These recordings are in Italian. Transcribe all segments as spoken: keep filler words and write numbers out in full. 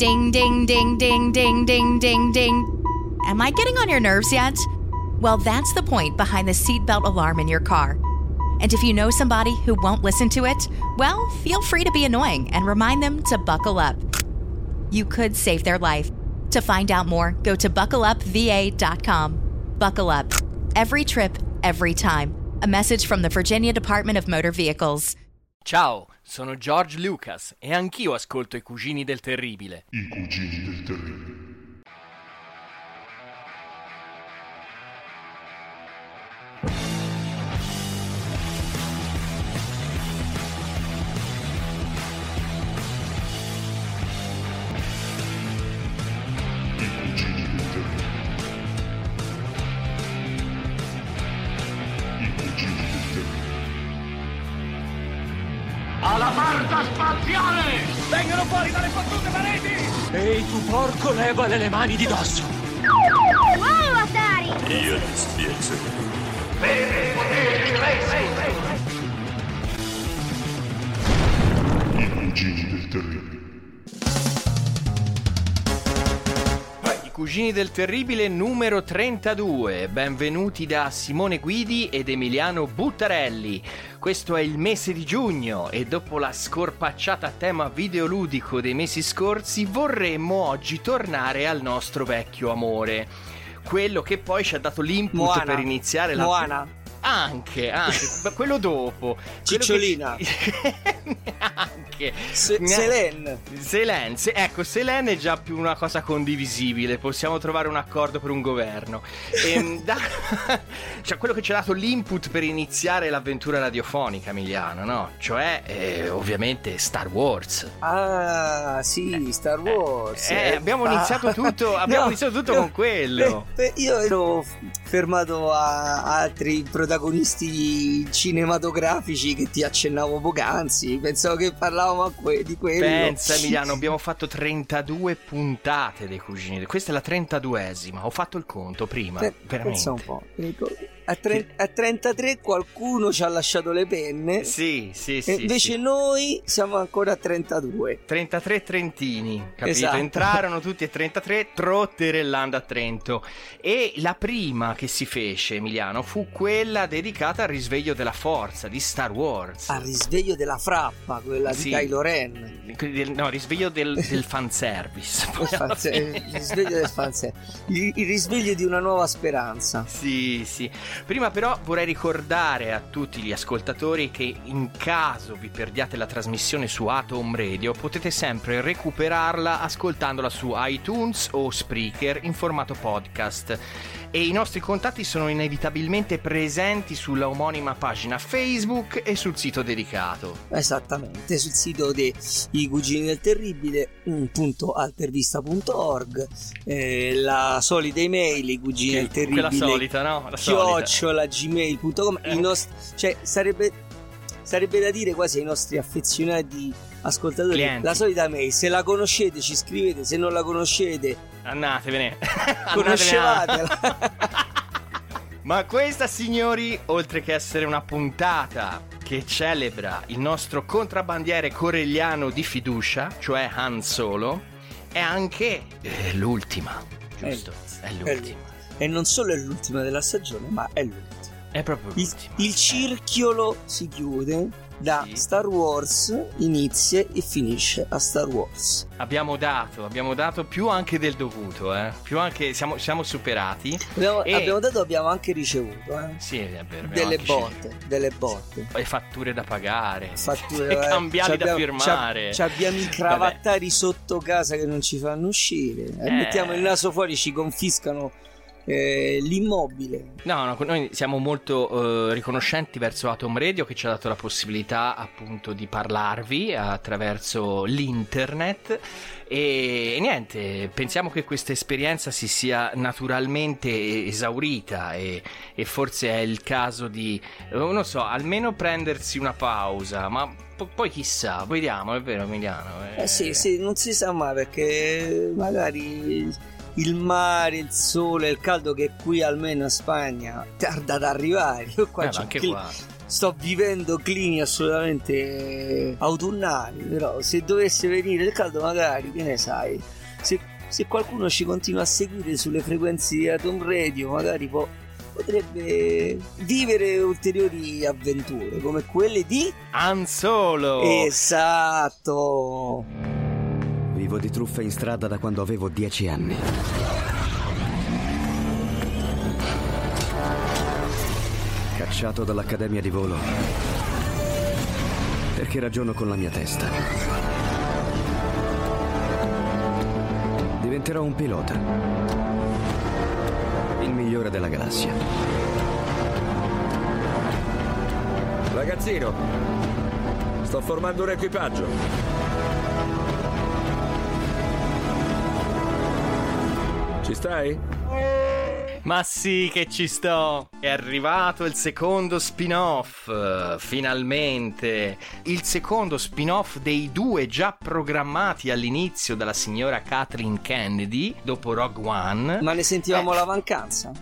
Ding, ding, ding, ding, ding, ding, ding, ding. Am I getting on your nerves yet? Well, that's the point behind the seatbelt alarm in your car. And if you know somebody who won't listen to it, well, feel free to be annoying and remind them to buckle up. You could save their life. To find out more, go to buckle up v a dot com. Buckle up. Every trip, every time. A message from the Virginia Department of Motor Vehicles. Ciao, sono George Lucas e anch'io ascolto I Cugini del Terribile. I Cugini del Terribile. Alla marca spaziale! Vengono fuori dalle fottute pareti! Ehi, tu porco, levale le mani di dosso! Wow, Atari! Io ti spiego. Per poteri racing! I Cugini del Terribile. I Cugini del Terribile numero trentadue. Benvenuti da Simone Guidi ed Emiliano Buttarelli. Questo è il mese di giugno e dopo la scorpacciata tema videoludico dei mesi scorsi vorremmo oggi tornare al nostro vecchio amore. Quello che poi ci ha dato l'input Moana. per iniziare la... Moana. Anche, anche, quello dopo. Cicciolina. Che... anche. Se- Selene. Selene, se- ecco, Selene è già più una cosa condivisibile, possiamo trovare un accordo per un governo. E, da... cioè, quello che ci ha dato l'input per iniziare l'avventura radiofonica, Emiliano, no? Cioè, eh, ovviamente, Star Wars. Ah, sì, Star Wars. Eh, eh, abbiamo ah. iniziato tutto, abbiamo No, iniziato tutto no, con quello. eh, eh, io ero fermato a altri protagonisti cinematografici che ti accennavo poc'anzi. Pensavo che parlavamo a que- di quello. Pensa, Emiliano, abbiamo fatto trentadue puntate dei Cugini. Questa è la trentaduesima. Ho fatto il conto prima. Pe- veramente. Pensa un po'. A, tre- a trentatré qualcuno ci ha lasciato le penne. Sì, sì, E sì. invece sì. noi siamo ancora a trentadue. trentatré trentini, capito? Esatto. Entrarono tutti e trentatré trotterellando a Trento. E la prima che si fece, Emiliano, fu quella dedicata al risveglio della forza di Star Wars. Al risveglio della frappa, quella Sì. di Kylo Ren. No, risveglio del, del fanservice. Il, fanse- il risveglio del fanse- il, il risveglio di una nuova speranza. Sì, sì. Prima però vorrei ricordare a tutti gli ascoltatori che in caso vi perdiate la trasmissione su Atom Radio potete sempre recuperarla ascoltandola su iTunes o Spreaker in formato podcast. E i nostri contatti sono inevitabilmente presenti sulla omonima pagina Facebook e sul sito dedicato. Esattamente, sul sito dei Cugini del Terribile punto altervista punto org, eh, la solita email, i Cugini del Terribile, Quella solita, no? La solita. chiocciola gmail punto com. Eh. I nostri, cioè sarebbe sarebbe da dire quasi ai nostri affezionati ascoltatori, Clienti. la solita mail, se la conoscete ci scrivete, se non la conoscete Andatevene. conoscevatela. Ma questa, signori, oltre che essere una puntata che celebra il nostro contrabbandiere corelliano di fiducia, cioè Han Solo, è anche eh, l'ultima, giusto? È, È l'ultima. l'ultima. E non solo è l'ultima della stagione, ma è l'ultima. È proprio Il, l'ultima. il circhiolo si chiude da Sì. Star Wars, inizia e finisce a Star Wars. Abbiamo dato, abbiamo dato più anche del dovuto, eh? Più anche, siamo, siamo superati. Abbiamo, E- abbiamo dato, abbiamo anche ricevuto eh? Sì, è vero. abbiamo delle anche botte, delle botte. scelto. E fatture da pagare. Fatture, e eh, cambiali da c'abbiamo- firmare. c'ab- c'abbiamo i cravattari sotto casa che non ci fanno uscire. E Eh. mettiamo il naso fuori, ci confiscano eh, l'immobile. No, no, noi siamo molto eh, riconoscenti verso Atom Radio che ci ha dato la possibilità appunto di parlarvi attraverso l'internet e, e niente, pensiamo che questa esperienza si sia naturalmente esaurita e, e forse è il caso di, eh, non so, almeno prendersi una pausa, ma po- poi chissà, vediamo, è vero Emiliano? Eh sì, sì, non si sa mai perché magari il mare, il sole, il caldo che qui almeno a Spagna tarda ad arrivare. Qua Eh, c'è, ma anche il cli- qua. sto vivendo climi assolutamente autunnali, però se dovesse venire il caldo magari, che ne sai, se, se qualcuno ci continua a seguire sulle frequenze di Atom Radio magari può, potrebbe vivere ulteriori avventure come quelle di Han Solo. Esatto. Vivo di truffe in strada da quando avevo dieci anni. Cacciato dall'Accademia di Volo perché ragiono con la mia testa. Diventerò un pilota, il migliore della galassia. Ragazzino, sto formando un equipaggio. Ci stai? Ma sì che ci sto! È arrivato il secondo spin-off, finalmente! Il secondo spin-off dei due già programmati all'inizio dalla signora Kathleen Kennedy, dopo Rogue One. Ma ne sentivamo eh, la mancanza?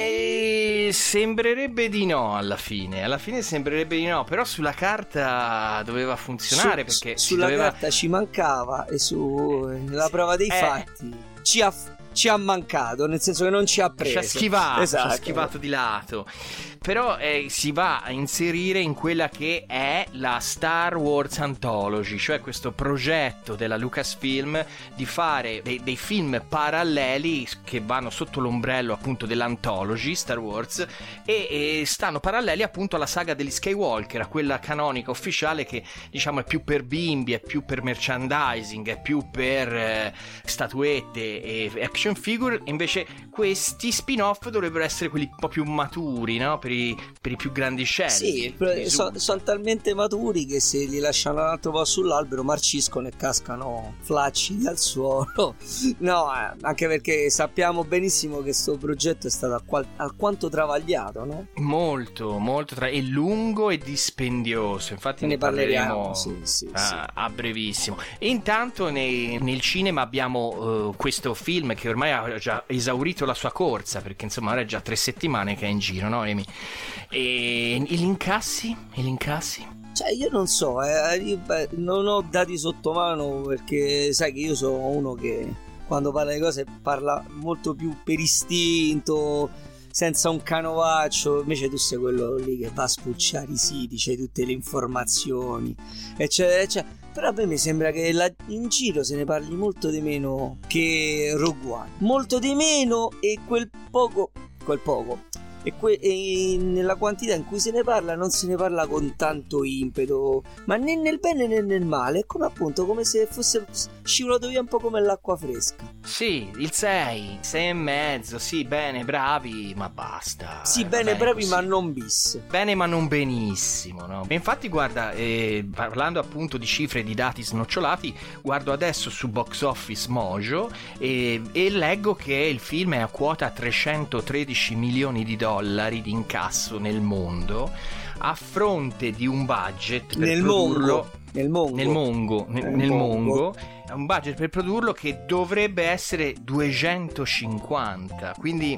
Eh, sembrerebbe di no alla fine, alla fine sembrerebbe di no, però sulla carta doveva funzionare Su, perché sulla doveva... carta ci mancava e sulla prova dei eh. fatti ci ha ci ha mancato, nel senso che non ci ha preso, ci ha schivato, esatto. ci ha schivato di lato. Però eh, si va a inserire in quella che è la Star Wars Anthology, cioè questo progetto della Lucasfilm di fare dei, dei film paralleli che vanno sotto l'ombrello appunto dell'Anthology Star Wars e, e stanno paralleli appunto alla saga degli Skywalker, a quella canonica ufficiale che diciamo è più per bimbi, è più per merchandising, è più per eh, statuette e action figure. Invece questi spin-off dovrebbero essere quelli un po' più maturi, no? Per i, per i più grandicelli. Sì, sono son talmente maturi che se li lasciano un altro po' sull'albero marciscono e cascano flacci dal suolo. No, eh, anche perché sappiamo benissimo che questo progetto è stato alqual- alquanto travagliato, no? Molto, molto tra- è lungo e dispendioso. Infatti ne, ne parleremo, parleremo sì, sì, a, sì. a brevissimo. E intanto nei, nel cinema abbiamo uh, questo film che ormai ha già esaurito la sua corsa, perché insomma ora è già tre settimane che è in giro, no Amy? E, e gli incassi? E gli incassi? Cioè io non so, eh, io, beh, non ho dati sotto mano perché sai che io sono uno che quando parla di cose parla molto più per istinto, senza un canovaccio. Invece tu sei quello lì che va a spulciare i siti, c'hai tutte le informazioni eccetera eccetera. Però a me mi sembra che la, in giro se ne parli molto di meno che Rogue One, molto di meno, e quel poco quel poco e, que- e nella quantità in cui se ne parla non se ne parla con tanto impeto, ma né nel bene né nel male. È come appunto come se fosse scivolato via un po' come l'acqua fresca. Sì, il sei, sei e mezzo, sì, bene, bravi, ma basta. Sì, bene, bravi, così. Ma non bis. Bene, ma non benissimo, no? E infatti, guarda, eh, parlando appunto di cifre e di dati snocciolati, guardo adesso su Box Office Mojo e, e leggo che il film è a quota trecentotredici milioni di dollari di incasso nel mondo, a fronte di un budget per nel produrlo... Mongo. Nel Mongo. Nel Mongo, nel, nel Mongo, un budget per produrlo che dovrebbe essere duecentocinquanta, quindi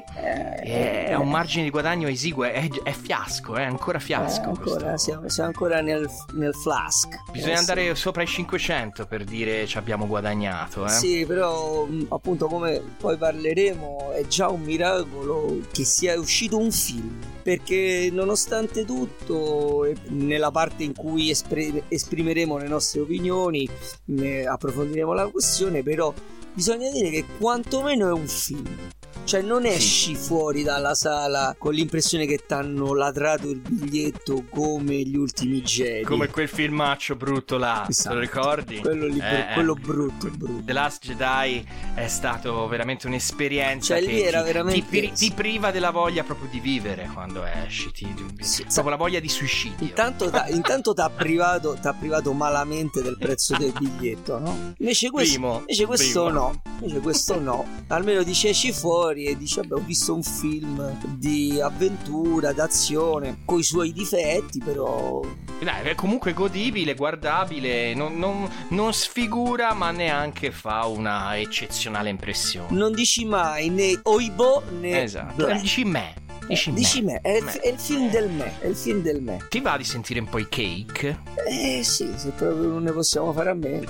è, è un margine di guadagno esiguo, è, è fiasco, è ancora fiasco. Eh, ancora, siamo, siamo ancora nel, nel flask. Bisogna eh, andare sì. sopra i cinquecento per dire ci abbiamo guadagnato. Eh? Sì, però appunto come poi parleremo è già un miracolo che sia uscito un film, perché nonostante tutto nella parte in cui espre- esprimeremo le nostre opinioni, ne approfondiremo la questione, però bisogna dire che quantomeno è un film, cioè non esci sì. fuori dalla sala con l'impressione che t'hanno ladrato il biglietto come gli ultimi Jedi, come quel filmaccio brutto là, esatto. Te lo ricordi? Quello, lì, eh, quello brutto, brutto The Last Jedi è stato veramente un'esperienza, cioè che lì era ti, veramente... ti, ti priva della voglia proprio di vivere quando esci, ti, sì, proprio la voglia di suicidio. Intanto t'ha, intanto t'ha privato t'ha privato malamente del prezzo del biglietto, no? Invece questo, primo, invece questo primo. no invece questo no almeno dici esci fuori e dici vabbè, ho visto un film di avventura, d'azione, coi suoi difetti, però dai, è comunque godibile, guardabile, non, non, non sfigura ma neanche fa una eccezionale impressione. Non dici mai né oibò né esatto, bleh. non dici me Dici, Dici me, me. è, il, me. è il film del me, è il film del me. Ti va di sentire un po' i Cake? Eh sì, se proprio non ne possiamo fare a meno.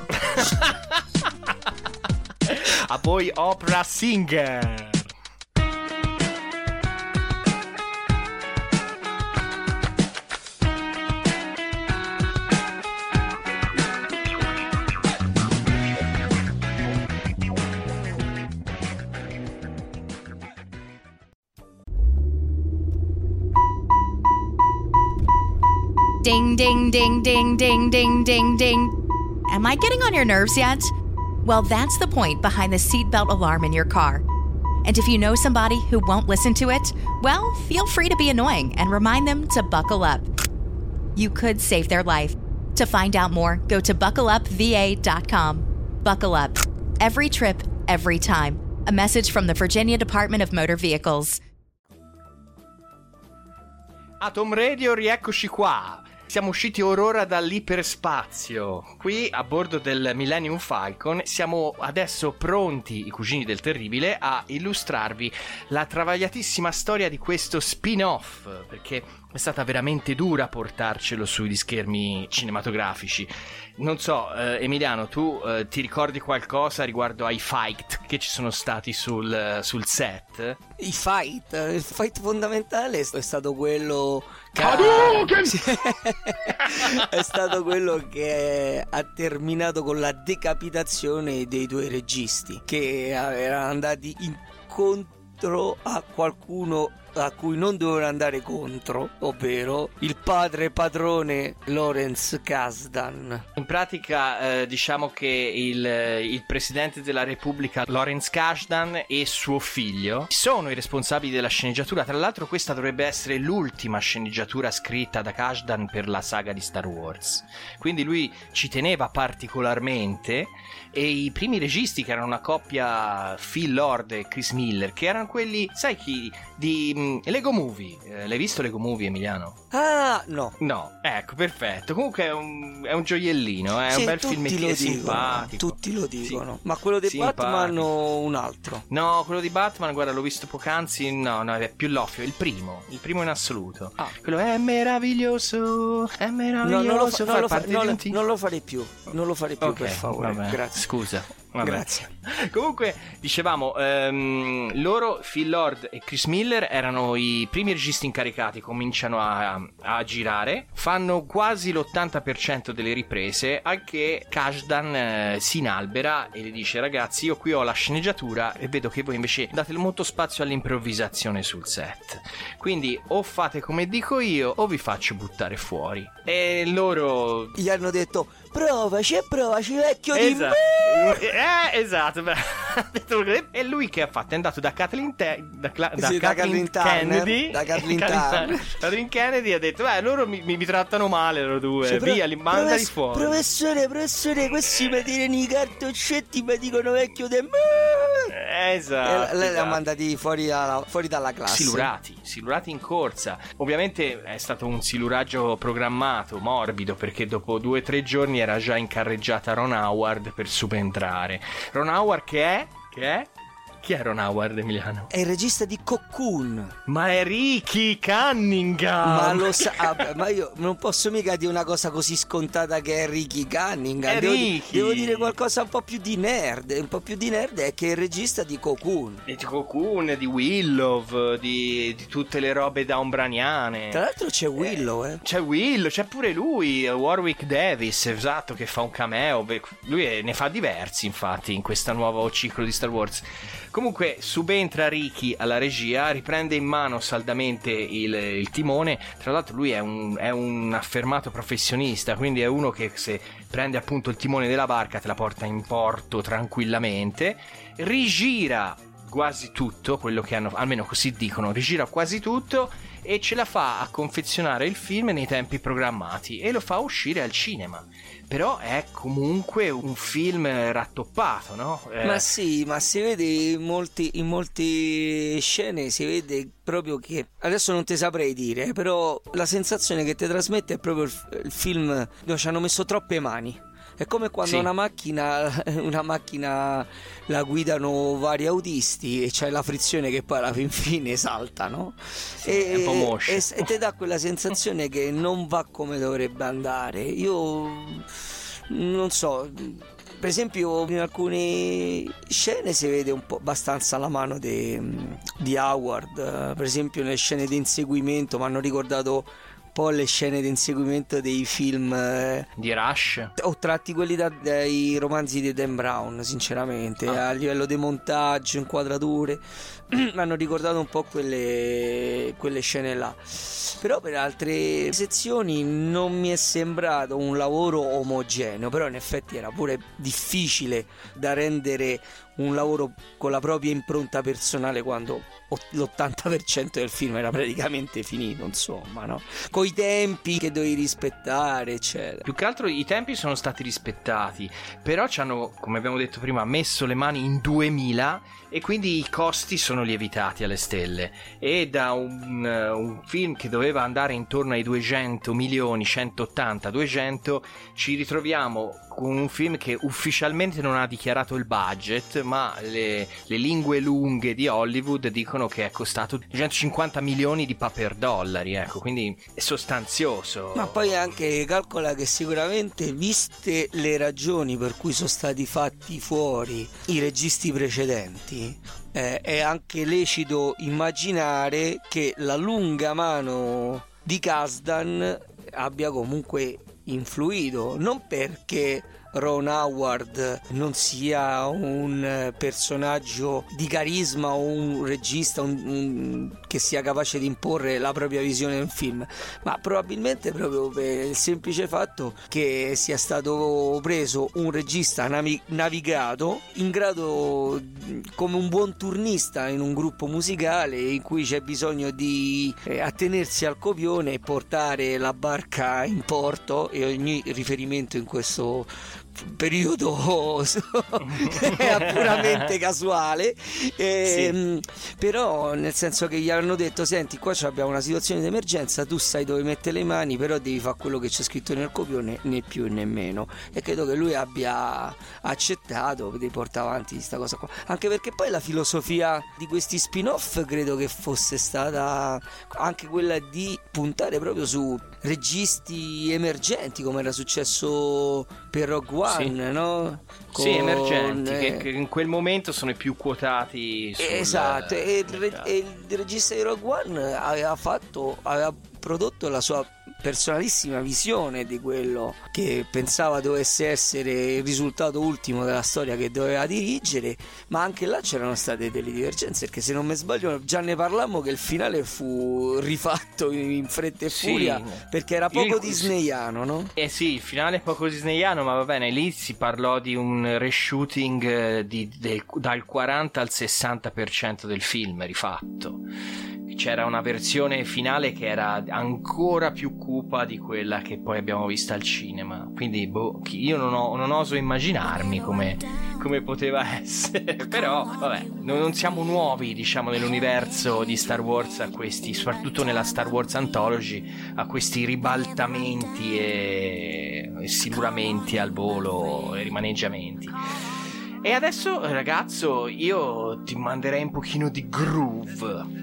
A voi Opera Singer. Ding, ding, ding, ding, ding, ding, ding, ding. Am I getting on your nerves yet? Well, that's the point behind the seatbelt alarm in your car. And if you know somebody who won't listen to it, well, feel free to be annoying and remind them to buckle up. You could save their life. To find out more, go to buckle up v a dot com. Buckle up. Every trip, every time. A message from the Virginia Department of Motor Vehicles. Atom Radio, rieccoci qua. Siamo usciti orora dall'iperspazio. Qui a bordo del Millennium Falcon siamo adesso pronti, i cugini del terribile, a illustrarvi la travagliatissima storia di questo spin-off, perché è stata veramente dura portarcelo sugli schermi cinematografici. Non so, eh, Emiliano, tu eh, ti ricordi qualcosa riguardo ai fight che ci sono stati sul, sul set? I fight, il fight fondamentale è stato quello che è stato quello che ha terminato con la decapitazione dei due registi che erano andati incontro a qualcuno a cui non dovevano andare contro, ovvero il padre padrone Lawrence Kasdan. In pratica eh, diciamo che il, il presidente della Repubblica Lawrence Kasdan e suo figlio sono i responsabili della sceneggiatura. Tra l'altro questa dovrebbe essere l'ultima sceneggiatura scritta da Kasdan per la saga di Star Wars, quindi lui ci teneva particolarmente. E i primi registi, che erano una coppia, Phil Lord e Chris Miller, che erano quelli, sai chi, di um, Lego Movie. Eh, l'hai visto Lego Movie, Emiliano? Ah, no. No, ecco, perfetto. Comunque è un, è un gioiellino, eh? È sì, un bel tutti film, lo è dicono, simpatico. Tutti lo dicono. Sì. Ma quello di Simpatico. Batman o un altro? No, quello di Batman, guarda, l'ho visto poc'anzi. No, no, è più l'offio, il primo. Il primo in assoluto. Ah. Quello è meraviglioso, è meraviglioso. No, non lo, fa, non lo, fa, non, un non lo farei più. Non lo farei più, okay, per favore. Vabbè. Grazie. Scusa. Vabbè. Grazie. Comunque, dicevamo, ehm, loro, Phil Lord e Chris Miller, erano i primi registi incaricati, cominciano a, a girare, fanno quasi l'ottanta per cento delle riprese, anche Kasdan eh, si inalbera e gli dice: ragazzi, io qui ho la sceneggiatura e vedo che voi invece date molto spazio all'improvvisazione sul set, quindi o fate come dico io o vi faccio buttare fuori. E loro gli hanno detto: provaci e provaci, vecchio esatto. di me. Eh, esatto. E lui che ha fatto? È andato da Kathleen, Te- da, Cla- da sì, Kathleen da Kennedy. Da Kathleen Turner. Kathleen Kennedy ha detto: beh, loro mi, mi, mi trattano male loro due. Cioè, via, li mandali profess- fuori. Professore, professore, questi mi tirano i cartoccetti, mi dicono vecchio di me. Esatto. E lei esatto. li ha mandati fuori, alla, fuori dalla classe. Silurati, silurati in corsa. Ovviamente è stato un siluraggio programmato, morbido, perché dopo due o tre giorni era già in carreggiata Ron Howard per subentrare. Ron Howard che è? Che è? Chi è Ron Howard, Emiliano? È il regista di Cocoon. Ma è Ricky Cunningham. Ma lo sa, vabbè, ma io non posso mica dire una cosa così scontata che è Ricky Cunningham. È devo, Ricky. devo dire qualcosa un po' più di nerd. Un po' più di nerd è che è il regista di Cocoon. Di Cocoon, di Willow, di, di tutte le robe daumbraniane. Tra l'altro c'è Willow, eh. C'è Willow, c'è pure lui, Warwick Davis, esatto, che fa un cameo. Lui è, ne fa diversi, infatti, in questo nuovo ciclo di Star Wars. Comunque subentra Ricky alla regia, riprende in mano saldamente il, il timone. Tra l'altro lui è un, è un affermato professionista, quindi è uno che se prende appunto il timone della barca te la porta in porto tranquillamente. Rigira quasi tutto, quello che hanno, almeno così dicono, rigira quasi tutto e ce la fa a confezionare il film nei tempi programmati e lo fa uscire al cinema. Però è comunque un film rattoppato, no? Eh... Ma sì, ma si vede in, molti, in molte scene, si vede proprio che, adesso non te saprei dire, però la sensazione che ti trasmette è proprio il, il film dove ci hanno messo troppe mani. È come quando Sì. una macchina una macchina la guidano vari autisti e c'è la frizione che poi alla fin fine salta, no? Sì, e, è un po' moscio. e, e ti dà quella sensazione che non va come dovrebbe andare. Io non so, per esempio in alcune scene si vede un po' abbastanza la mano de, di Howard, per esempio nelle scene di inseguimento mi hanno ricordato un po' le scene di inseguimento dei film eh, Di Rush. ho tratti quelli da, dai romanzi di Dan Brown, sinceramente, Ah. a livello di montaggio, inquadrature mi hanno ricordato un po' quelle, quelle scene là. Però per altre sezioni non mi è sembrato un lavoro omogeneo, però in effetti era pure difficile da rendere un lavoro con la propria impronta personale quando l'ottanta per cento del film era praticamente finito, insomma, no? Coi tempi che dovevi rispettare, eccetera. Più che altro i tempi sono stati rispettati, però ci hanno, come abbiamo detto prima, messo le mani in duemila e quindi i costi sono lievitati alle stelle, e da un, un film che doveva andare intorno ai duecento milioni, centottanta duecento, ci ritroviamo con un film che ufficialmente non ha dichiarato il budget, ma le, le lingue lunghe di Hollywood dicono che è costato duecentocinquanta milioni di paper dollari, ecco, quindi è sostanzioso. Ma poi anche calcola che sicuramente, viste le ragioni per cui sono stati fatti fuori i registi precedenti, eh, è anche lecito immaginare che la lunga mano di Kasdan abbia comunque influito, non perché Ron Howard non sia un personaggio di carisma o un regista un, un, che sia capace di imporre la propria visione del film, ma probabilmente proprio per il semplice fatto che sia stato preso un regista navi- navigato in grado, come un buon turnista in un gruppo musicale in cui c'è bisogno di eh, attenersi al copione e portare la barca in porto, e ogni riferimento in questo periodo è puramente casuale, e, sì. Però nel senso che gli hanno detto: senti, qua abbiamo una situazione di emergenza, tu sai dove mettere le mani, però devi fare quello che c'è scritto nel copione, né più né meno. E credo che lui abbia accettato di portare avanti questa cosa qua, anche perché poi la filosofia di questi spin-off credo che fosse stata anche quella di puntare proprio su registi emergenti, come era successo per Rogue One, sì. No? Con... Sì, emergenti, eh... che, che in quel momento sono i più quotati sul... Esatto, e il, re- e il regista di Rogue One aveva fatto, aveva prodotto la sua personalissima visione di quello che pensava dovesse essere il risultato ultimo della storia che doveva dirigere, ma anche là c'erano state delle divergenze, perché se non mi sbaglio già ne parlammo che il finale fu rifatto in fretta e furia, sì, perché era poco il... disneyano, no? Eh sì, il finale è poco disneyano, ma va bene, lì si parlò di un reshooting di, del, dal quaranta al sessanta per cento del film rifatto. C'era una versione finale che era ancora più cupa di quella che poi abbiamo visto al cinema, quindi boh, io non, ho, non oso immaginarmi come, come poteva essere. Però vabbè, non, non siamo nuovi, diciamo, nell'universo di Star Wars a questi, soprattutto nella Star Wars Anthology, a questi ribaltamenti e, e siluramenti al volo e rimaneggiamenti. E adesso, ragazzo, io ti manderei un pochino di groove.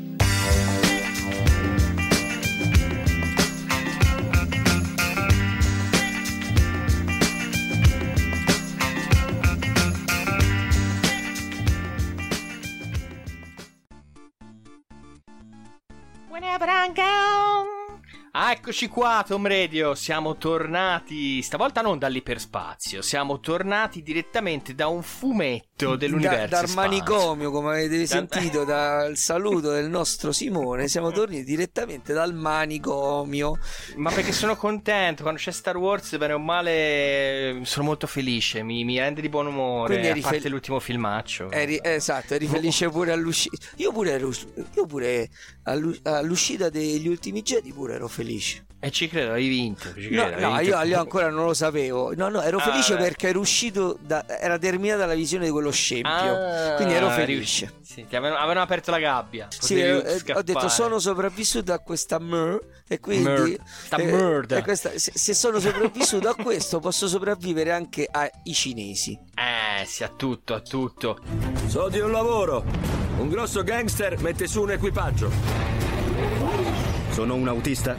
Whenever I'm gone. Ah, eccoci qua, Tom Radio, siamo tornati, stavolta non dall'iperspazio, siamo tornati direttamente da un fumetto dell'universo da, dal manicomio, come avete da... sentito dal saluto del nostro Simone, siamo tornati direttamente dal manicomio. Ma perché sono contento, quando c'è Star Wars, bene o male, sono molto felice, mi, mi rende di buon umore, a parte fel... l'ultimo filmaccio. Eri, esatto, eri felice pure all'uscita, io pure, ero, io pure all'uscita degli ultimi Jedi pure ero felice. E ci credo, hai vinto. Ci No, credo, no, hai vinto. io, io ancora non lo sapevo. No, no, ero Ah, felice vabbè. perché ero uscito da, era terminata la visione di quello scempio. Ah, quindi ero eri- felice. Sì, ti avevano, avevano aperto la gabbia. Sì, Potevi eh, ho scappare. detto sono sopravvissuto a questa mur e quindi Mur- sta eh, murda. e questa- se, se sono sopravvissuto a questo posso sopravvivere anche ai cinesi. Eh, sì, a tutto, a tutto. So di un lavoro. Un grosso gangster mette su un equipaggio. Sono un autista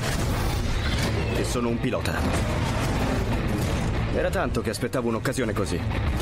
e sono un pilota. Era tanto che aspettavo un'occasione così.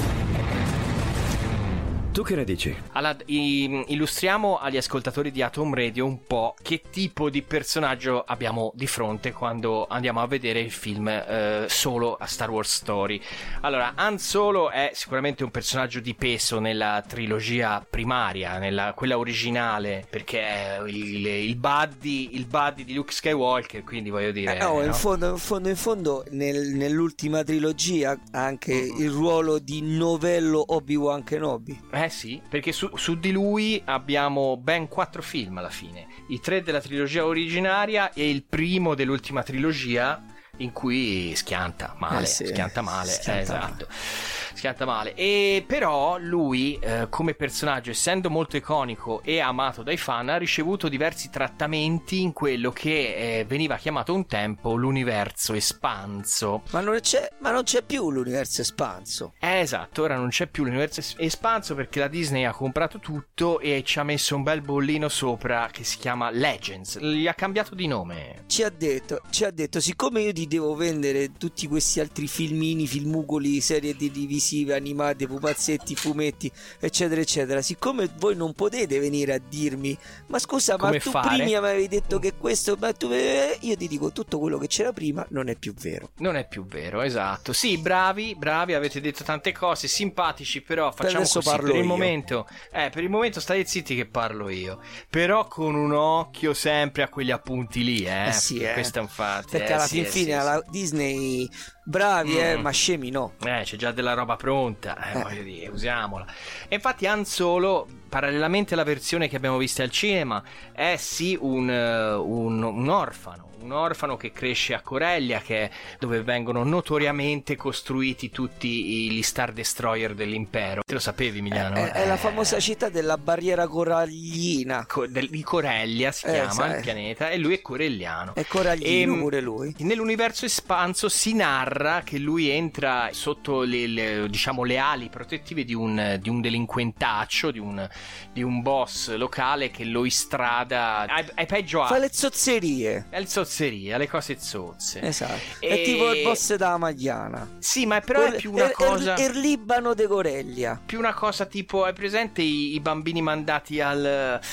Tu che ne dici? Allora, i- illustriamo agli ascoltatori di Atom Radio un po' che tipo di personaggio abbiamo di fronte quando andiamo a vedere il film eh, Solo a Star Wars Story. Allora, Han Solo è sicuramente un personaggio di peso nella trilogia primaria, nella, quella originale, perché è il, il buddy, il buddy di Luke Skywalker, quindi voglio dire... Eh, no, in no? fondo, in fondo, in fondo nel- nell'ultima trilogia ha anche Mm-hmm. il ruolo di novello Obi-Wan Kenobi. Eh sì, perché su, su di lui abbiamo ben quattro film alla fine. I tre della trilogia originaria e il primo dell'ultima trilogia in cui schianta male, Eh sì, schianta male, schianta eh, esatto. Schianta male. E però lui eh, come personaggio, essendo molto iconico e amato dai fan, ha ricevuto diversi trattamenti in quello che eh, veniva chiamato un tempo l'universo espanso. Ma non c'è, ma non c'è più l'universo espanso. Eh, esatto, ora non c'è più l'universo es- espanso perché la Disney ha comprato tutto e ci ha messo un bel bollino sopra che si chiama Legends. Gli ha cambiato di nome. Ci ha detto, ci ha detto, siccome io ti devo vendere tutti questi altri filmini, filmucoli, serie televisive, animate, pupazzetti, fumetti, eccetera, eccetera, siccome voi non potete venire a dirmi, ma scusa, Come ma tu fare? prima mi avevi detto che questo, ma tu, eh, io ti dico tutto quello che c'era prima non è più vero. Non è più vero, esatto. Sì, bravi, bravi, avete detto tante cose, simpatici, però facciamo adesso così. parlo Per il io. momento, eh, per il momento state zitti che parlo io. Però con un occhio sempre a quegli appunti lì, eh. Eh sì, perché eh. questo è un fatto. Perché eh, alla sì, fin eh, fine sì, alla Disney bravi, eh, Mm. ma scemi no. Eh, c'è già della roba pronta, eh, Eh. voglio dire, usiamola. E infatti Han Solo, parallelamente alla versione che abbiamo visto al cinema, è sì un, eh, un, un orfano. Un orfano che cresce a Corellia, che è dove vengono notoriamente costruiti tutti gli Star Destroyer dell'impero. Te lo sapevi, Emiliano? È, è la Eh, famosa città della barriera corallina. co- del- di Corellia si Eh, chiama sai. il pianeta, e lui è corelliano. È coraglino Ehm, pure lui. Nell'universo espanso si narra che lui entra sotto le, le- diciamo le ali protettive di un, di un delinquentaccio, di un, di un boss locale che lo istrada ai, ai peggio Fa a le zozzerie. è il zozzeria, le cose zozze. Esatto. E- È tipo il boss della Magliana. Sì, ma però è più una Er- cosa er- er Libano de Corellia. più una cosa tipo, hai presente i, i bambini mandati al,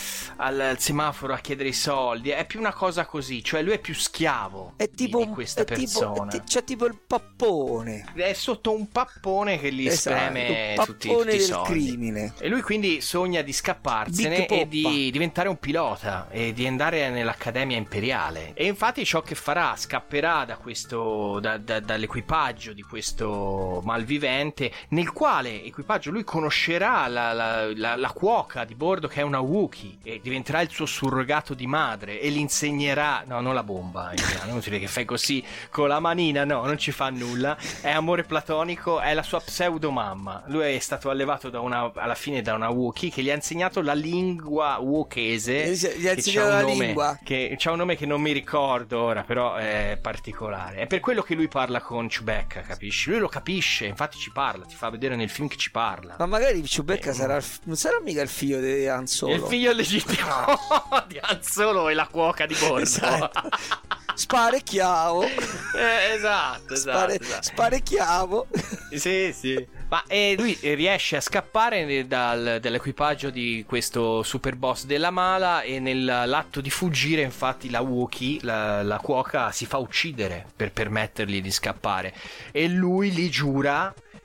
al, al semaforo a chiedere i soldi? È più una cosa così, cioè lui è più schiavo È tipo di, di un- questa è tipo- persona. è ti- c'è tipo il pappone. È sotto un pappone che gli Esatto, spreme un tutti, pappone tutti i del soldi. crimine. E lui quindi sogna di scapparsene Big e Poppa. di diventare un pilota e di andare nell'Accademia Imperiale. E infatti ciò che farà, scapperà da questo da- da- dall'equipaggio di questo malvivente, nel quale equipaggio lui conoscerà la, la, la, la cuoca di bordo che è una Wookiee e diventerà il suo surrogato di madre e gli insegnerà, no, non la bomba, Emiliano, non ti dire che fai così con la manina, no, non ci fa nulla, è amore platonico, è la sua pseudo mamma. Lui è stato allevato da una, alla fine da una Wookiee che gli ha insegnato la lingua wookese, Gli ha che insegnato c'ha un la nome, lingua. che c'ha un nome che non mi ricordo ora, però è particolare. È per quello che lui parla con Chewbacca, capisci? Lui lo capisce, infatti ci parla, ti fa vedere nel film che ci parla. Ma magari Chewbacca Eh, sarà il f- non sarà mica il figlio di Han Solo. Il figlio legittimo di Han Solo e la cuoca di bordo. Esatto. Sparecchiavo. Eh, esatto, esatto, Spare- esatto. Sparecchiavo. Sì, sì. Ma eh, lui riesce a scappare dal- dall'equipaggio di questo super boss della mala e nell'atto di fuggire, infatti, la Wookiee, la, la cuoca, si fa uccidere per permettergli di scappare. E lui gli giura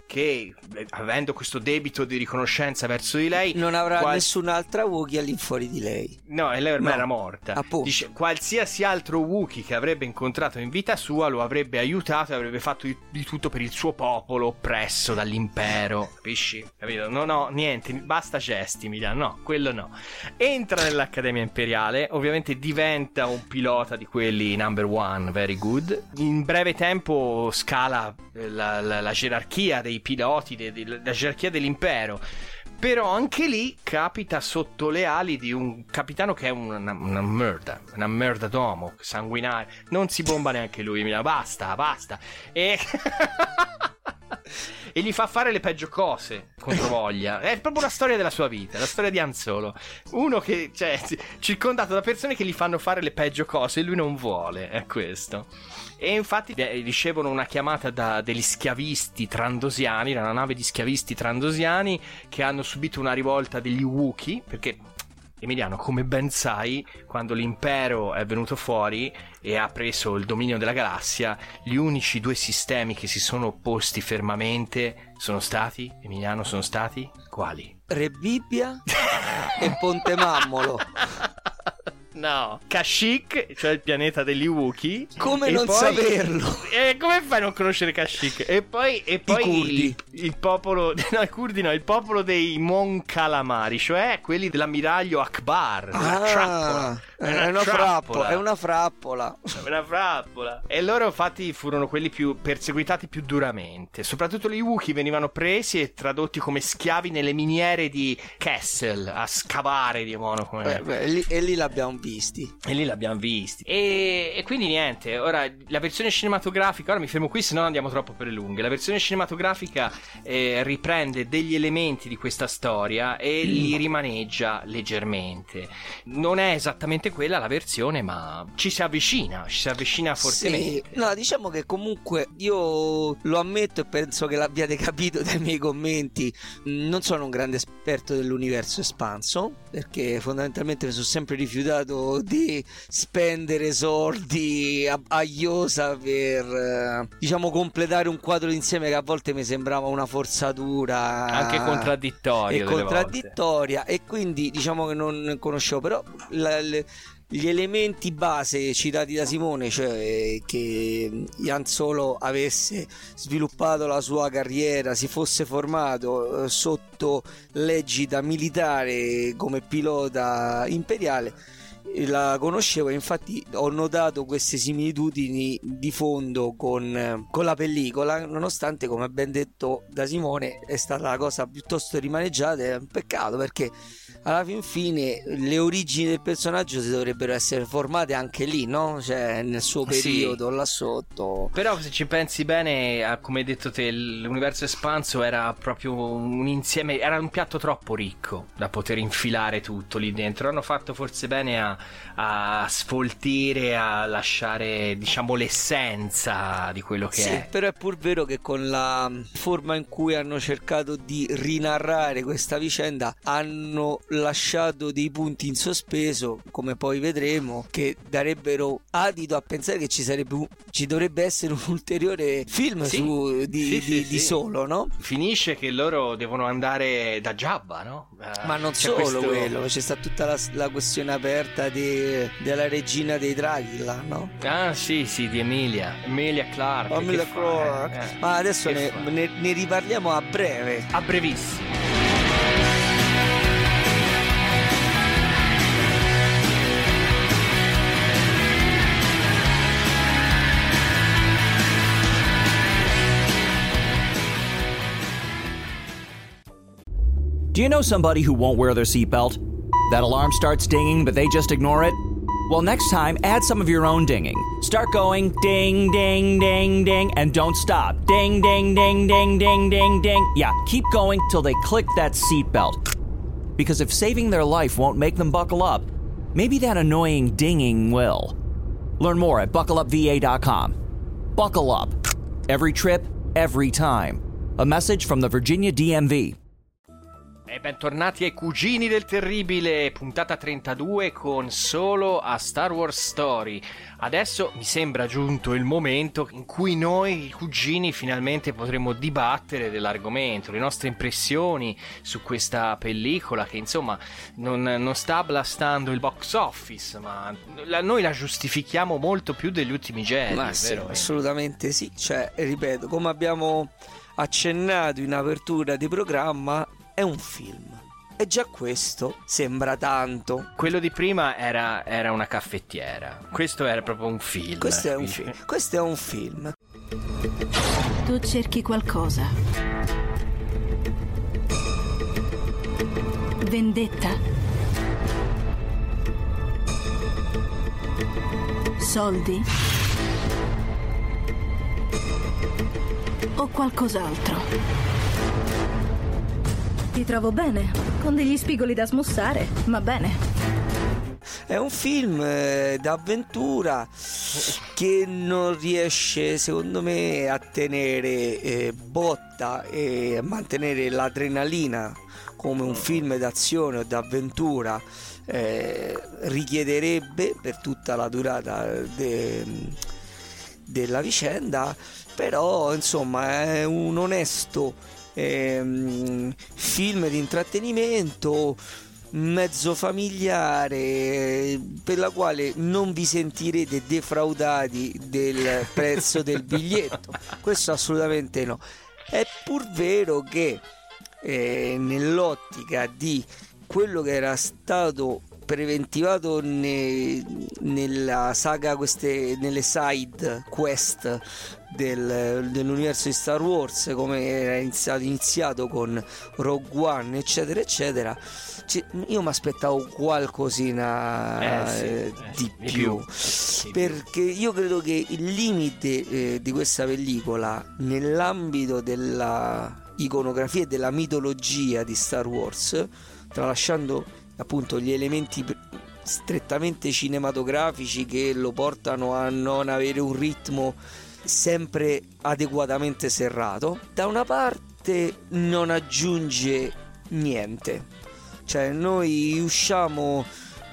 che, avendo questo debito di riconoscenza verso di lei, non avrà qual... nessun'altra Wookiee all'infuori di lei. No, e lei ormai no. era morta. Appunto. Dice, qualsiasi altro Wookiee che avrebbe incontrato in vita sua lo avrebbe aiutato e avrebbe fatto di, di tutto per il suo popolo oppresso dall'impero. Capisci? Capito? No, no, niente, basta gesti, Emiliano. No, quello no. Entra nell'Accademia Imperiale, ovviamente diventa un pilota di quelli number one, very good. In breve tempo scala la, la, la gerarchia dei piloti, de, de, la gerarchia dell'impero. Però anche lì capita sotto le ali di un capitano che è una, una merda, una merda d'uomo, sanguinario. Non si bomba neanche lui, basta, basta. E... e gli fa fare le peggio cose contro voglia. È proprio la storia della sua vita, la storia di Han Solo. Uno che, cioè, circondato da persone che gli fanno fare le peggio cose e lui non vuole, è questo. E infatti ricevono una chiamata da degli schiavisti trandosiani, da una nave di schiavisti trandosiani che hanno subito una rivolta degli Wookiee, perché Emiliano, come ben sai, quando l'impero è venuto fuori e ha preso il dominio della galassia, gli unici due sistemi che si sono opposti fermamente sono stati, Emiliano, sono stati quali? Re Bibbia e Ponte Mammolo. No, Kashyyyk, cioè il pianeta degli Wookiee. Come e non poi, saperlo? E come fai a non conoscere Kashyyyk? E poi, e poi I curdi. Il, il popolo, no, i curdi no, il popolo dei Mon Calamari, cioè quelli dell'ammiraglio Akbar. Una ah, trappola. È una, una frappola. È una frappola. È una frappola. E loro infatti furono quelli più perseguitati più duramente. Soprattutto gli Wookiee venivano presi e tradotti come schiavi nelle miniere di Kessel a scavare di mono come... eh, beh, e, lì, e lì l'abbiamo visti. E lì l'abbiamo visti. E, e quindi niente. Ora la versione cinematografica, ora mi fermo qui, se no andiamo troppo per le lunghe. La versione cinematografica eh, riprende degli elementi di questa storia e li rimaneggia leggermente. Non è esattamente quella la versione, ma ci si avvicina, ci si avvicina fortemente. Sì. No, diciamo che comunque io lo ammetto e penso che l'abbiate capito dai miei commenti. Non sono un grande esperto dell'universo espanso, perché fondamentalmente mi sono sempre rifiutato di spendere soldi a, a iosa per eh, diciamo completare un quadro d'insieme che a volte mi sembrava una forzatura anche contraddittoria e contraddittoria volte. E quindi diciamo che non conoscevo, però la, le, gli elementi base citati da Simone, cioè che Han Solo avesse sviluppato la sua carriera, si fosse formato sotto l'egida militare come pilota imperiale, la conoscevo, e infatti ho notato queste similitudini di fondo con, con la pellicola, nonostante, come ben detto da Simone, è stata una cosa piuttosto rimaneggiata. È un peccato, perché alla fin fine le origini del personaggio si dovrebbero essere formate anche lì, no? Cioè nel suo periodo, sì, là sotto. Però se ci pensi bene, come hai detto te, l'universo espanso era proprio un insieme, era un piatto troppo ricco da poter infilare tutto lì dentro. Hanno fatto forse bene a, a sfoltire, a lasciare, diciamo, l'essenza di quello che sì, è. Però è pur vero che con la forma in cui hanno cercato di rinarrare questa vicenda hanno lasciato dei punti in sospeso, come poi vedremo, che darebbero adito a pensare che ci sarebbe un, ci dovrebbe essere un ulteriore film sì, su, di, sì, di, sì, di sì. Solo, no? Finisce che loro devono andare da Jabba, no? Uh, Ma non solo questo... quello, c'è sta tutta la, la questione aperta di, della regina dei draghi là, no? Ah sì sì, di Emilia Emilia Clarke, Emilia Clarke. Eh, ma adesso ne, ne, ne riparliamo a breve, a brevissimo. Do you know somebody who won't wear their seatbelt? That alarm starts dinging, but they just ignore it? Well, next time, add some of your own dinging. Start going ding, ding, ding, ding, and don't stop. Ding, ding, ding, ding, ding, ding, ding. Yeah, keep going till they click that seatbelt. Because if saving their life won't make them buckle up, maybe that annoying dinging will. Learn more at buckle up v a dot com. Buckle up. Every trip, every time. A message from the Virginia D M V. E bentornati ai Cugini del Terribile, puntata trentadue con solo a Star Wars Story. Adesso mi sembra giunto il momento in cui noi, i cugini, finalmente potremo dibattere dell'argomento, le nostre impressioni su questa pellicola che insomma non, non sta blastando il box office, ma la, noi la giustifichiamo molto più degli ultimi Jedi. Ma sì, assolutamente sì, cioè ripeto, come abbiamo accennato in apertura di programma, è un film. E già questo sembra tanto. Quello di prima era, era una caffettiera. Questo era proprio un film. Questo è un film. Questo è un film. Tu cerchi qualcosa. Vendetta. Soldi. O qualcos'altro. Ti trovo bene, con degli spigoli da smussare, ma bene. È un film eh, d'avventura che non riesce, secondo me, a tenere eh, botta e a mantenere l'adrenalina come un film d'azione o d'avventura eh, richiederebbe per tutta la durata de, della vicenda, però insomma è un onesto Ehm, film di intrattenimento mezzo familiare per la quale non vi sentirete defraudati del prezzo del biglietto, questo assolutamente no. È pur vero che eh, nell'ottica di quello che era stato preventivato ne, nella saga, queste nelle side quest del, dell'universo di Star Wars, come era iniziato, iniziato con Rogue One eccetera eccetera, cioè, io mi aspettavo qualcosina eh, sì, eh, eh, di sì, più, più perché io credo che il limite eh, di questa pellicola nell'ambito della iconografia e della mitologia di Star Wars, tralasciando appunto gli elementi strettamente cinematografici che lo portano a non avere un ritmo sempre adeguatamente serrato, da una parte non aggiunge niente, cioè noi usciamo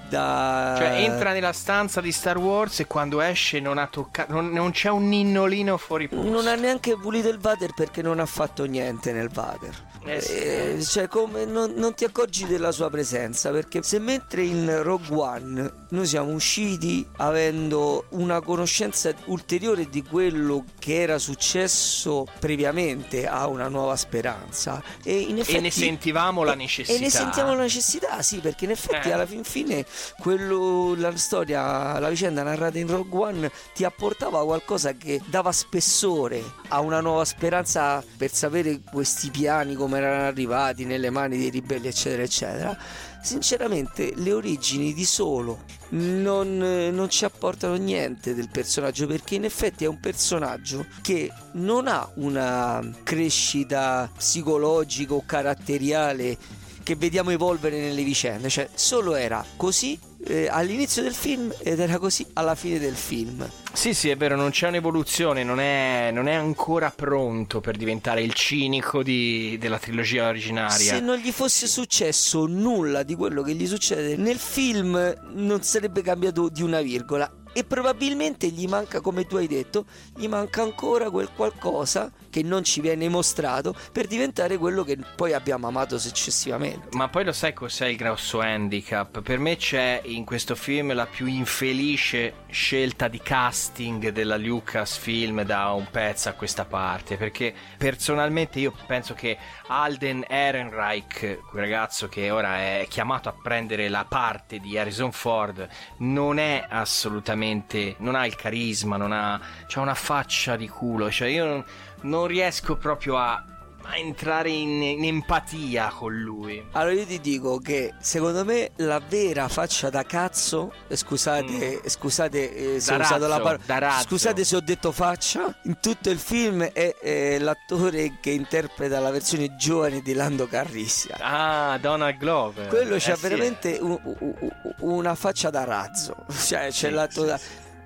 da... Cioè entra nella stanza di Star Wars e quando esce non ha toccato, non, non c'è un ninnolino fuori posto, non ha neanche pulito il water perché non ha fatto niente nel water. Eh sì. eh, cioè come non, non ti accorgi della sua presenza, perché se mentre in Rogue One noi siamo usciti avendo una conoscenza ulteriore di quello che era successo previamente a Una Nuova Speranza e, in effetti, e ne sentivamo la necessità e ne sentiamo la necessità sì, perché in effetti eh. alla fin fine quello, la storia, la vicenda narrata in Rogue One ti apportava qualcosa che dava spessore a Una Nuova Speranza, per sapere questi piani come erano arrivati nelle mani dei ribelli eccetera eccetera. Sinceramente le origini di Solo non, non ci apportano niente del personaggio, perché in effetti è un personaggio che non ha una crescita psicologica o caratteriale che vediamo evolvere nelle vicende, cioè Solo era così eh, all'inizio del film ed era così alla fine del film. Sì, sì, è vero, non c'è un'evoluzione, non è, non è ancora pronto per diventare il cinico di, della trilogia originaria. Se non gli fosse successo nulla di quello che gli succede nel film, non sarebbe cambiato di una virgola. E probabilmente gli manca, come tu hai detto, gli manca ancora quel qualcosa che non ci viene mostrato per diventare quello che poi abbiamo amato successivamente. Ma poi lo sai cos'è il grosso handicap? Per me c'è in questo film la più infelice scelta di casting della Lucasfilm da un pezzo a questa parte, perché personalmente io penso che Alden Ehrenreich, quel ragazzo che ora è chiamato a prendere la parte di Harrison Ford, non è assolutamente, non ha il carisma, non ha, c'ha una faccia di culo, cioè io non, non riesco proprio a, a entrare in, in empatia con lui. Allora io ti dico che secondo me la vera faccia da cazzo, scusate, mm. scusate eh, se ho da usato razzo, la parola, scusate se ho detto faccia, in tutto il film è eh, l'attore che interpreta la versione giovane di Lando Calrissian. Ah, Donald Glover. Quello c'ha eh, veramente sì. un, un, una faccia da razzo, cioè c'è sì, l'attore sì, sì.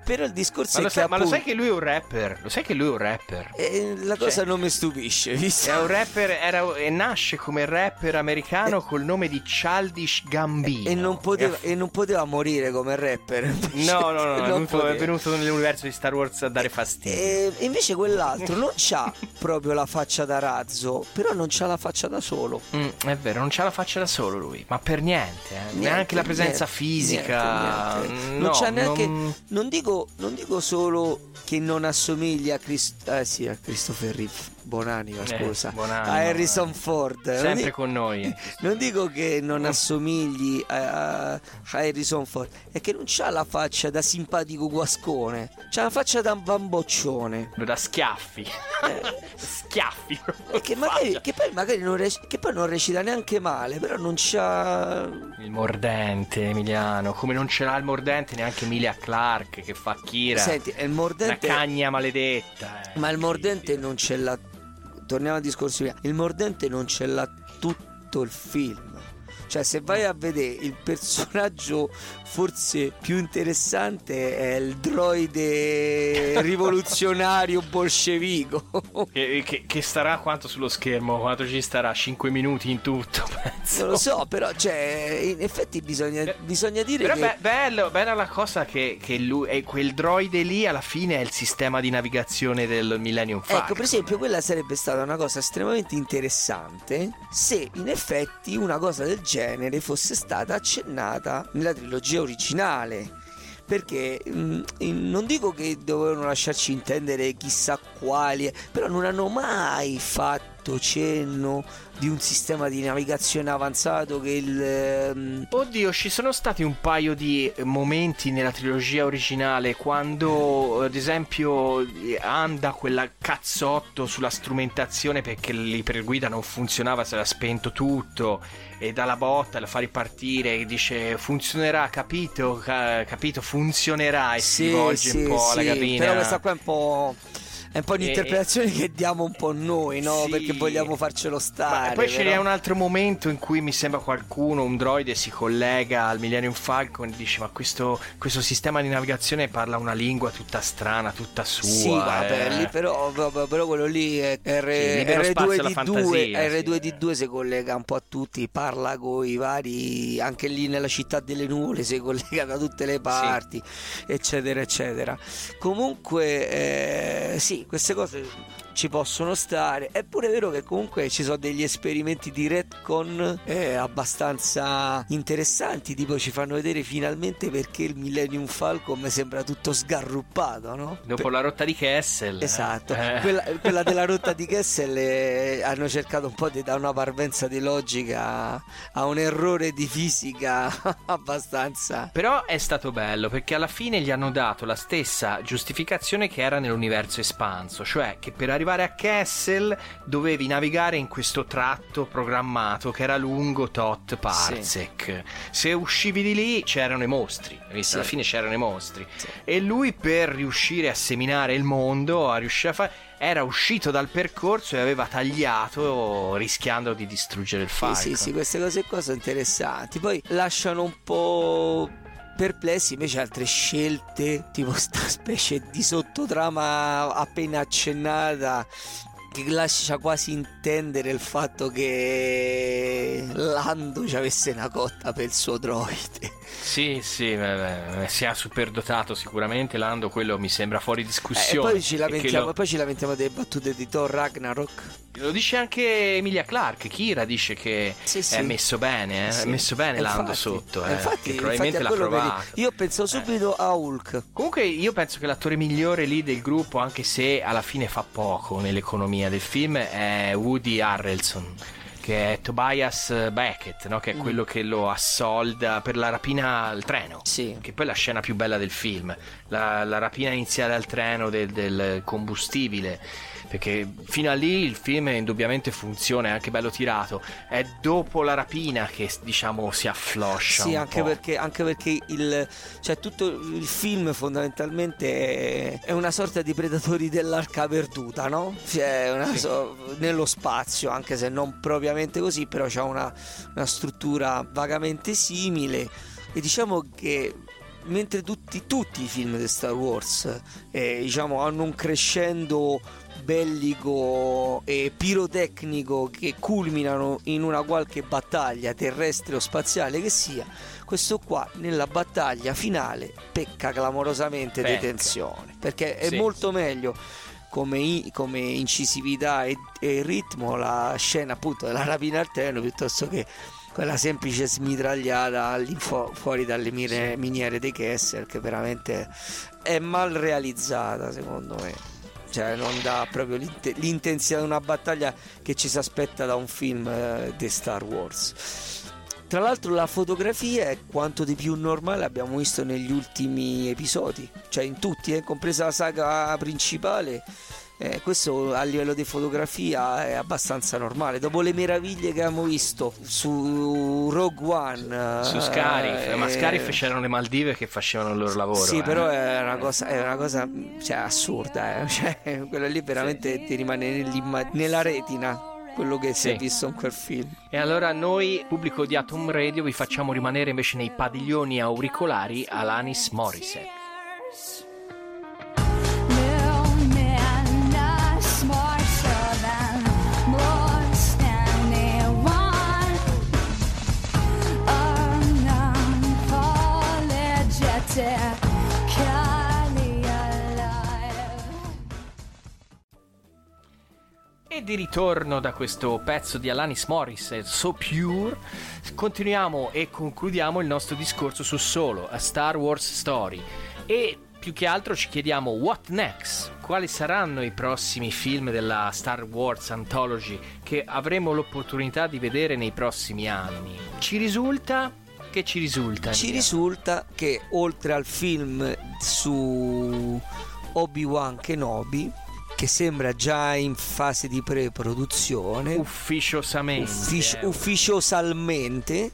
Però il discorso ma lo è sai, che ma appunto... lo sai che lui è un rapper? Lo sai che lui è un rapper? Eh, la cosa cioè, non mi stupisce, visto? È un rapper, era, e nasce come rapper americano eh, col nome di Childish Gambino. E non poteva, e non poteva morire come rapper. No, no, no, è venuto, è venuto poteva. nell'universo di Star Wars a dare fastidio. E invece quell'altro non c'ha proprio la faccia da razzo, però non c'ha la faccia da solo. Mm, è vero, non c'ha la faccia da solo lui, ma per niente, eh. Niente, neanche la presenza niente, fisica. niente, niente. No, non c'ha neanche. non... Non, dico, non dico solo che non assomiglia a, Christ... eh, sì, a Christopher Reeve. Buonanima, scusa, eh, buonanima, a Harrison Ford. Sempre non dico, con noi. Non dico che non assomigli a, a Harrison Ford, è che non c'ha la faccia da simpatico guascone, c'ha la faccia da bamboccione. Da schiaffi. Eh. Schiaffi. E che, magari, che poi magari non, rec- che poi non recita neanche male, però non c'ha... Il mordente, Emiliano. Come non ce l'ha il mordente neanche Emilia Clarke che fa Kira. Senti, il mordente... Una cagna maledetta. Eh. Ma il mordente non ce l'ha... Torniamo al discorso prima. Il mordente non ce l'ha tutto il film. Cioè, se vai a vedere il personaggio forse più interessante è il droide rivoluzionario bolscevico che, che, che starà quanto sullo schermo? Quanto ci starà? cinque minuti in tutto, penso. Non lo so, però cioè in effetti bisogna, Beh, bisogna dire però che be- bello, bella la cosa che, che lui, è quel droide lì alla fine è il sistema di navigazione del Millennium Falcon. Ecco, per esempio, quella sarebbe stata una cosa estremamente interessante se in effetti una cosa del genere fosse stata accennata nella trilogia originale, perché mh, non dico che dovevano lasciarci intendere chissà quali, però non hanno mai fatto cenno di un sistema di navigazione avanzato che il... Um... Oddio, ci sono stati un paio di momenti nella trilogia originale quando, ad esempio, anda quella cazzotto sulla strumentazione perché l'iperguida non funzionava, si era spento tutto, e dà la botta, la fa ripartire e dice funzionerà, capito, Ca- capito, funzionerà, e sì, si volge sì, un po' sì, la cabina. Però questa qua è un po'... È un po' un'interpretazione e, che diamo un po' noi, no? Sì. Perché vogliamo farcelo stare. Ma poi però... c'è un altro momento in cui mi sembra qualcuno, un droide, si collega al Millennium Falcon e dice: ma questo, questo sistema di navigazione parla una lingua tutta strana, tutta sua. Sì, vabbè, eh. lì però, però quello lì è R, sì, R due D due, fantasia, R due D due sì. Si collega un po' a tutti, parla con i vari, anche lì nella città delle nuvole si collega da tutte le parti, sì. eccetera eccetera. Comunque eh, sì, queste cose ci possono stare. È pure vero che comunque ci sono degli esperimenti di retcon eh, abbastanza interessanti, tipo ci fanno vedere finalmente perché il Millennium Falcon mi sembra tutto sgarruppato, no? Dopo per... la rotta di Kessel. Esatto, eh. quella, quella della rotta di Kessel eh, hanno cercato un po' di dare una parvenza di logica a un errore di fisica abbastanza. Però è stato bello perché alla fine gli hanno dato la stessa giustificazione che era nell'universo espanso, cioè che per arrivare a Kessel dovevi navigare in questo tratto programmato che era lungo tot parsec. Sì. Se uscivi di lì c'erano i mostri, sì. alla fine c'erano i mostri, sì. e lui per riuscire a seminare il mondo, a riuscire a fare, era uscito dal percorso e aveva tagliato rischiando di distruggere il Falcon. Sì, sì, sì, queste cose qua sono interessanti. Poi lasciano un po' perplessi invece altre scelte, tipo sta specie di sottotrama appena accennata che lascia quasi intendere il fatto che Lando ci avesse una cotta per il suo droide. Sì, sì, beh, sia superdotato sicuramente Lando, quello mi sembra fuori discussione. Eh, e poi ci lamentiamo, lo... e poi ci lamentiamo delle battute di Thor Ragnarok. Lo dice anche Emilia Clarke, Kira dice che sì, sì. è messo bene, eh? sì. è messo bene infatti, Lando sotto, eh? infatti, che probabilmente l'ha provato. Per... Io penso subito eh. a Hulk. Comunque io penso che l'attore migliore lì del gruppo, anche se alla fine fa poco nell'economia del film, è Woody Harrelson, che è Tobias Beckett, no? Che è mm. quello che lo assolda per la rapina al treno, sì. che poi è la scena più bella del film, la, la rapina iniziale al treno del, del combustibile, perché fino a lì il film indubbiamente funziona, è anche bello tirato, è dopo la rapina che diciamo si affloscia sì, un anche po'. perché anche perché il cioè tutto il film fondamentalmente è, è una sorta di Predatori dell'Arca Perduta, no? Cioè una sì. so, nello spazio, anche se non propriamente così, però c'ha una, una struttura vagamente simile, e diciamo che mentre tutti, tutti i film di Star Wars eh, diciamo hanno un crescendo bellico e pirotecnico che culminano in una qualche battaglia terrestre o spaziale che sia, questo qua nella battaglia finale pecca clamorosamente di tensione, perché è sì. molto meglio come, come incisività e, e ritmo la scena appunto della rapina al treno piuttosto che quella semplice smitragliata fu- fuori dalle mire- sì. miniere dei Kessel, che veramente è mal realizzata secondo me. Cioè non dà proprio l'int- l'intensità di una battaglia che ci si aspetta da un film eh, di Star Wars. Tra l'altro la fotografia è quanto di più normale abbiamo visto negli ultimi episodi, cioè in tutti, eh, compresa la saga principale. Eh, questo a livello di fotografia è abbastanza normale. Dopo le meraviglie che abbiamo visto su Rogue One, su Scarif, eh, ma Scarif c'erano le Maldive che facevano il loro lavoro. Sì, eh. però è una cosa, è una cosa cioè, assurda. Eh. Cioè, quella lì veramente sì. ti rimane nella retina quello che si sì. è visto in quel film. E allora noi, pubblico di Atom Radio, vi facciamo rimanere invece nei padiglioni auricolari Alanis Morissette. E di ritorno da questo pezzo di Alanis Morissette, So Pure, continuiamo e concludiamo il nostro discorso su Solo, A Star Wars Story. E più che altro ci chiediamo what next? Quali saranno i prossimi film della Star Wars Anthology che avremo l'opportunità di vedere nei prossimi anni? Ci risulta... Che ci risulta? Ci risulta che oltre al film su Obi-Wan Kenobi, che sembra già in fase di pre-produzione ufficiosamente uffici- eh. ufficiosalmente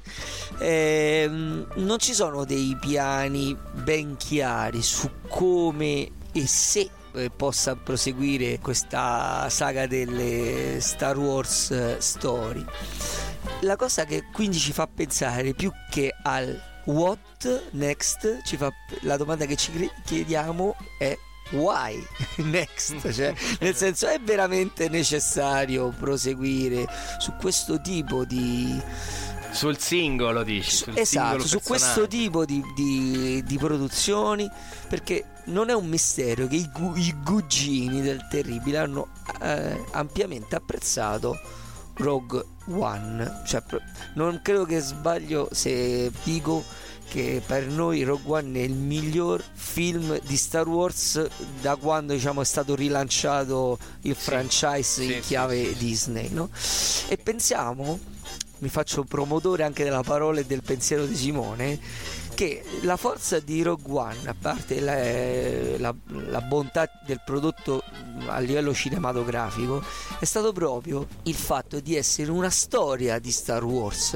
eh, non ci sono dei piani ben chiari su come e se eh, possa proseguire questa saga delle Star Wars eh, Story. La cosa che quindi ci fa pensare più che al what next, ci fa, la domanda che ci chiediamo è why next, cioè nel senso è veramente necessario proseguire su questo tipo di sul singolo dici sul esatto singolo su questo tipo di, di, di produzioni, perché non è un mistero che i, gu, i gugini del terribile hanno eh, ampiamente apprezzato Rogue One, cioè, non credo che sbaglio se dico che per noi Rogue One è il miglior film di Star Wars da quando diciamo è stato rilanciato il sì. franchise in sì, chiave sì, sì. Disney, no? E pensiamo, mi faccio promotore anche della parola e del pensiero di Simone, che la forza di Rogue One, a parte la, la, la bontà del prodotto a livello cinematografico, è stato proprio il fatto di essere una storia di Star Wars,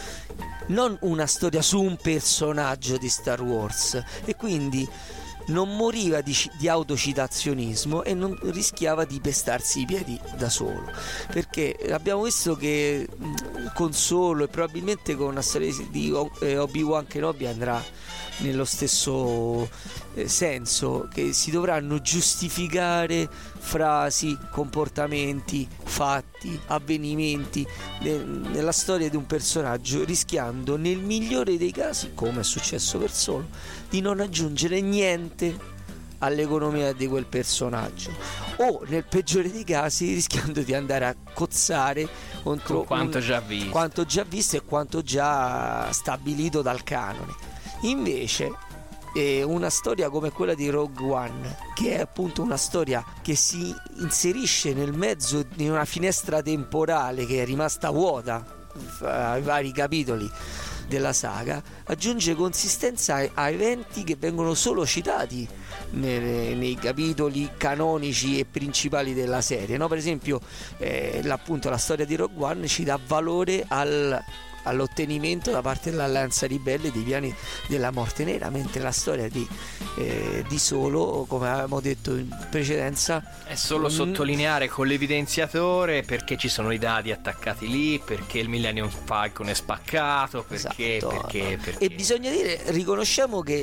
non una storia su un personaggio di Star Wars, e quindi non moriva di, di autocitazionismo e non rischiava di pestarsi i piedi da solo, perché abbiamo visto che con Solo e probabilmente con una storia di Obi-Wan Kenobi andrà nello stesso eh, senso, che si dovranno giustificare frasi, comportamenti, fatti, avvenimenti ne, nella storia di un personaggio, rischiando nel migliore dei casi, come è successo per Solo, di non aggiungere niente all'economia di quel personaggio, o nel peggiore dei casi rischiando di andare a cozzare contro Con quanto un, già visto quanto già visto e quanto già stabilito dal canone. Invece eh, una storia come quella di Rogue One, che è appunto una storia che si inserisce nel mezzo di una finestra temporale che è rimasta vuota ai vari capitoli della saga, aggiunge consistenza a, a eventi che vengono solo citati nei, nei capitoli canonici e principali della serie, no? Per esempio eh, appunto la storia di Rogue One ci dà valore al all'ottenimento da parte dell'Alleanza Ribelle dei piani della Morte Nera, mentre la storia di, eh, di Solo, come avevamo detto in precedenza, è solo un... sottolineare con l'evidenziatore perché ci sono i dadi attaccati lì, perché il Millennium Falcon è spaccato, perché, esatto. perché, perché e bisogna dire, riconosciamo che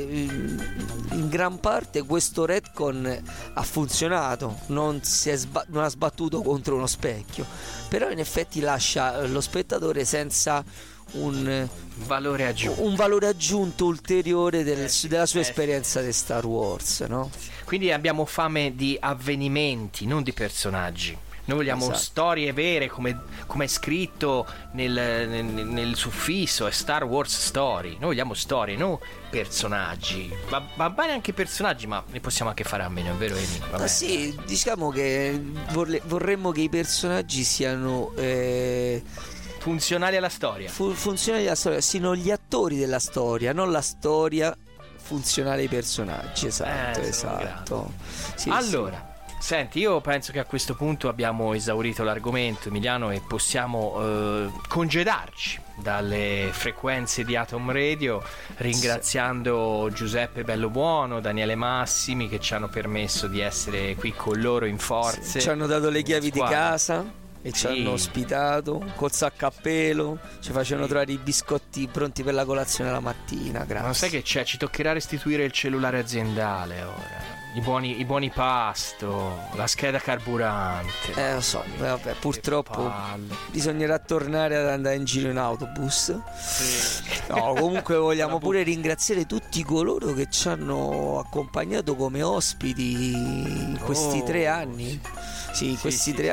in gran parte questo retcon ha funzionato, non, si è sba- non ha sbattuto contro uno specchio, però in effetti lascia lo spettatore senza un valore aggiunto, un valore aggiunto ulteriore del, eh, della sua eh, esperienza di Star Wars, no? Quindi abbiamo fame di avvenimenti, non di personaggi. Noi vogliamo esatto. storie vere, come, come è scritto nel, nel, nel suffisso, è Star Wars Story. Noi vogliamo storie, non personaggi. Va, va bene anche personaggi, ma ne possiamo anche fare a meno, è vero Emi? Ah, sì, diciamo che vorle, vorremmo che i personaggi siano eh, funzionali alla storia. Fu, funzionali alla storia, siano gli attori della storia, non la storia funzionale ai personaggi. Esatto, eh, esatto. Sì, allora. Sì. Senti, io penso che a questo punto abbiamo esaurito l'argomento, Emiliano, e possiamo eh, congedarci dalle frequenze di Atom Radio, ringraziando Giuseppe Bellobuono, Daniele Massimi, che ci hanno permesso di essere qui con loro in forze. Sì, ci hanno dato le chiavi di casa e sì. ci hanno ospitato col sacco a pelo, ci facevano sì. trovare i biscotti pronti per la colazione la mattina. Grazie. Ma non sai che c'è? Ci toccherà restituire il cellulare aziendale ora. I buoni, I buoni pasto, la scheda carburante. Eh lo so, vabbè, purtroppo bisognerà tornare ad andare in giro in autobus. Sì. No, comunque vogliamo pure ringraziare tutti coloro che ci hanno accompagnato come ospiti in questi oh, tre anni. Sì, in sì, questi sì. tre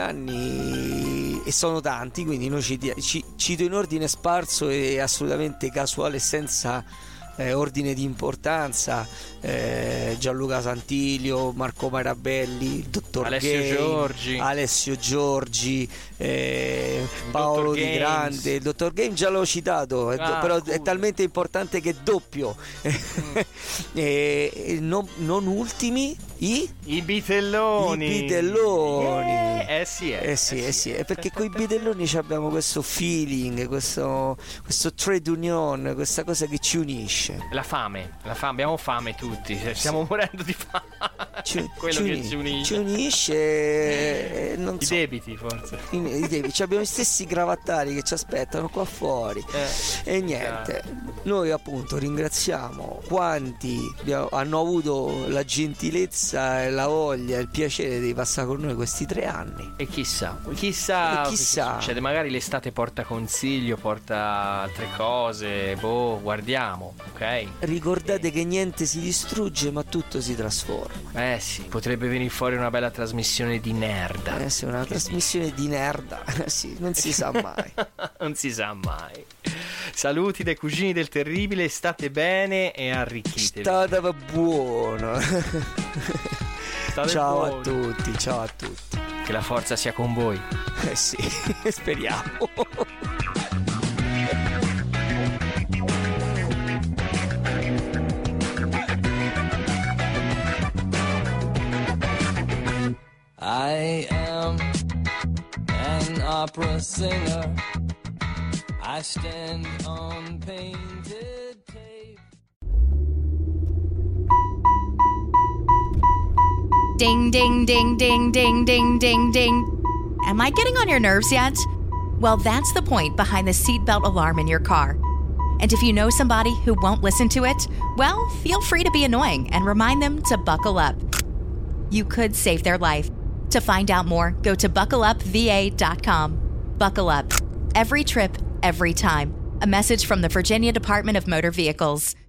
anni, e sono tanti, quindi noi ci, ci, cito in ordine sparso e assolutamente casuale, senza Eh, ordine di importanza, eh, Gianluca Santilio, Marco Marabelli, il dottor Alessio Game, Giorgi, Alessio Giorgi, eh, Paolo Di Grande. Il dottor Game già l'ho citato, ah, però scusa. È talmente importante che è doppio. Mm. e, non, non ultimi i i bitelloni. I bitelloni. Eh, eh sì, eh, eh sì, eh sì, è perché con i bitelloni abbiamo questo feeling, questo, questo trade union, questa cosa che ci unisce. La fame, la fame, abbiamo fame tutti, stiamo sì. morendo di fame. Ci, quello ci che unisce, ci unisce. Ci unisce non I so. debiti forse. I, i debiti, ci abbiamo gli stessi cravattari che ci aspettano qua fuori. Eh, e niente, chiaro. Noi appunto ringraziamo quanti abbiamo, hanno avuto la gentilezza e la voglia e il piacere di passare con noi questi tre anni. E chissà, chissà, e chissà. Che succede, magari l'estate porta consiglio, porta altre cose, boh, guardiamo. Okay. Ricordate eh. che niente si distrugge, ma tutto si trasforma. Eh sì, potrebbe venire fuori una bella trasmissione di nerda. Eh sì, una che trasmissione dici? Di nerda. sì, non si sa mai. Non si sa mai. Saluti dai cugini del terribile, state bene e arricchitevi. State buono. State ciao buono. a tutti, ciao a tutti. Che la forza sia con voi. Eh sì, speriamo. I am an opera singer. I stand on painted tape. Ding, ding, ding, ding, ding, ding, ding, ding. Am I getting on your nerves yet? Well, that's the point behind the seatbelt alarm in your car. And if you know somebody who won't listen to it, well, feel free to be annoying and remind them to buckle up. You could save their life. To find out more, go to buckle up v a dot com. Buckle up. Every trip, every time. A message from the Virginia Department of Motor Vehicles.